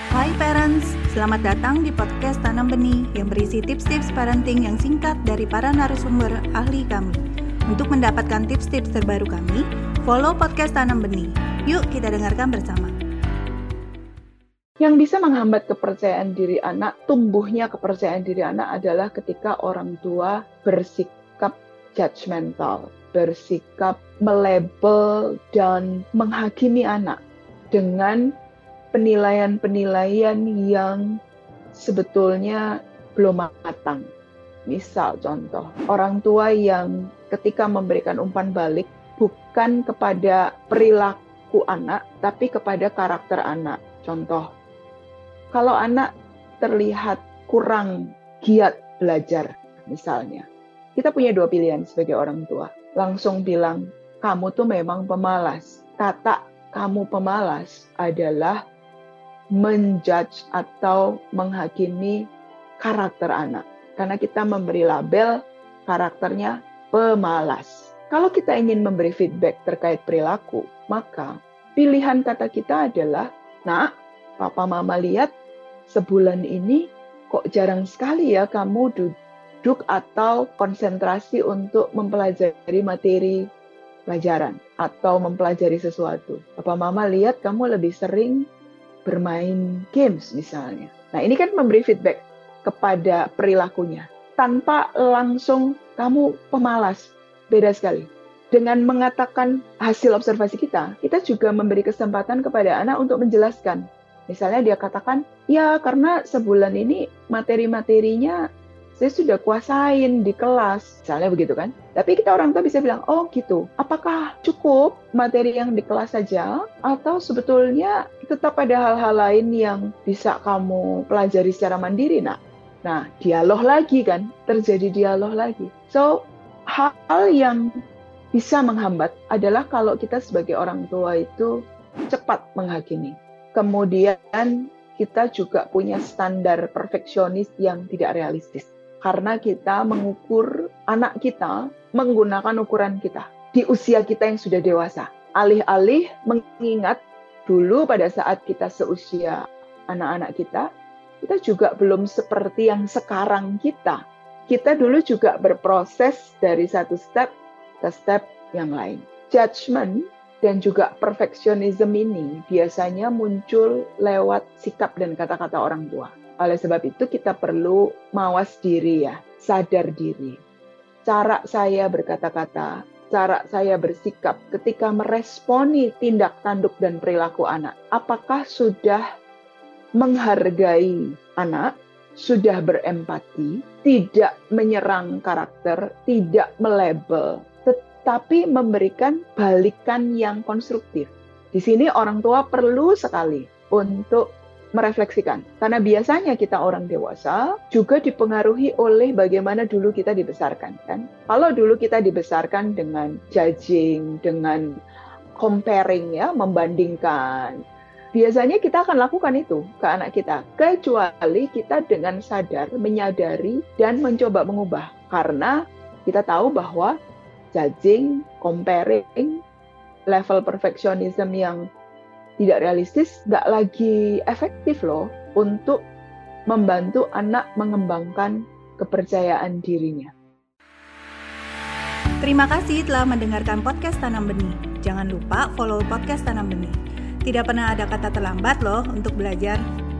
Hai parents, selamat datang di podcast Tanam Benih yang berisi tips-tips parenting yang singkat dari para narasumber ahli kami. Untuk mendapatkan tips-tips terbaru kami, follow podcast Tanam Benih. Yuk kita dengarkan bersama. Yang bisa menghambat kepercayaan diri anak, tumbuhnya kepercayaan diri anak adalah ketika orang tua bersikap judgmental, bersikap melabel dan menghakimi anak dengan penilaian-penilaian yang sebetulnya belum matang. Misal contoh, orang tua yang ketika memberikan umpan balik bukan kepada perilaku anak, tapi kepada karakter anak. Contoh, kalau anak terlihat kurang giat belajar, misalnya, kita punya dua pilihan sebagai orang tua. Langsung bilang, kamu tuh memang pemalas. Kata kamu pemalas adalah menjudge atau menghakimi karakter anak. Karena kita memberi label karakternya pemalas. Kalau kita ingin memberi feedback terkait perilaku, maka pilihan kata kita adalah, nak, papa mama lihat sebulan ini kok jarang sekali ya kamu duduk atau konsentrasi untuk mempelajari materi pelajaran atau mempelajari sesuatu. Papa mama lihat kamu lebih sering bermain games misalnya. Nah, ini kan memberi feedback kepada perilakunya. Tanpa langsung kamu pemalas. Beda sekali. Dengan mengatakan hasil observasi kita juga memberi kesempatan kepada anak untuk menjelaskan. Misalnya dia katakan, ya karena sebulan ini materi-materinya saya sudah kuasain di kelas. Misalnya begitu kan. Tapi kita orang tua bisa bilang, oh gitu. Apakah cukup materi yang di kelas saja? Atau sebetulnya tetap ada hal-hal lain yang bisa kamu pelajari secara mandiri, nak? Nah, dialog lagi kan. Terjadi dialog lagi. So, hal yang bisa menghambat adalah kalau kita sebagai orang tua itu cepat menghakimi. Kemudian kita juga punya standar perfeksionis yang tidak realistis. Karena kita mengukur anak kita menggunakan ukuran kita di usia kita yang sudah dewasa. Alih-alih mengingat dulu pada saat kita seusia anak-anak kita juga belum seperti yang sekarang kita. Kita dulu juga berproses dari satu step ke step yang lain. Judgment dan juga perfeksionisme ini biasanya muncul lewat sikap dan kata-kata orang tua. Oleh sebab itu kita perlu mawas diri ya, sadar diri. Cara saya berkata-kata, cara saya bersikap ketika meresponi tindak tanduk dan perilaku anak. Apakah sudah menghargai anak, sudah berempati, tidak menyerang karakter, tidak melabel, tapi memberikan balikan yang konstruktif. Di sini orang tua perlu sekali untuk merefleksikan. Karena biasanya kita orang dewasa juga dipengaruhi oleh bagaimana dulu kita dibesarkan, kan? Kalau dulu kita dibesarkan dengan judging, dengan comparing ya, membandingkan. Biasanya kita akan lakukan itu ke anak kita, kecuali kita dengan sadar, menyadari dan mencoba mengubah. Karena kita tahu bahwa judging, comparing, level perfeksionisme yang tidak realistis nggak lagi efektif loh untuk membantu anak mengembangkan kepercayaan dirinya. Terima kasih telah mendengarkan podcast Tanam Benih. Jangan lupa follow podcast Tanam Benih. Tidak pernah ada kata terlambat loh untuk belajar.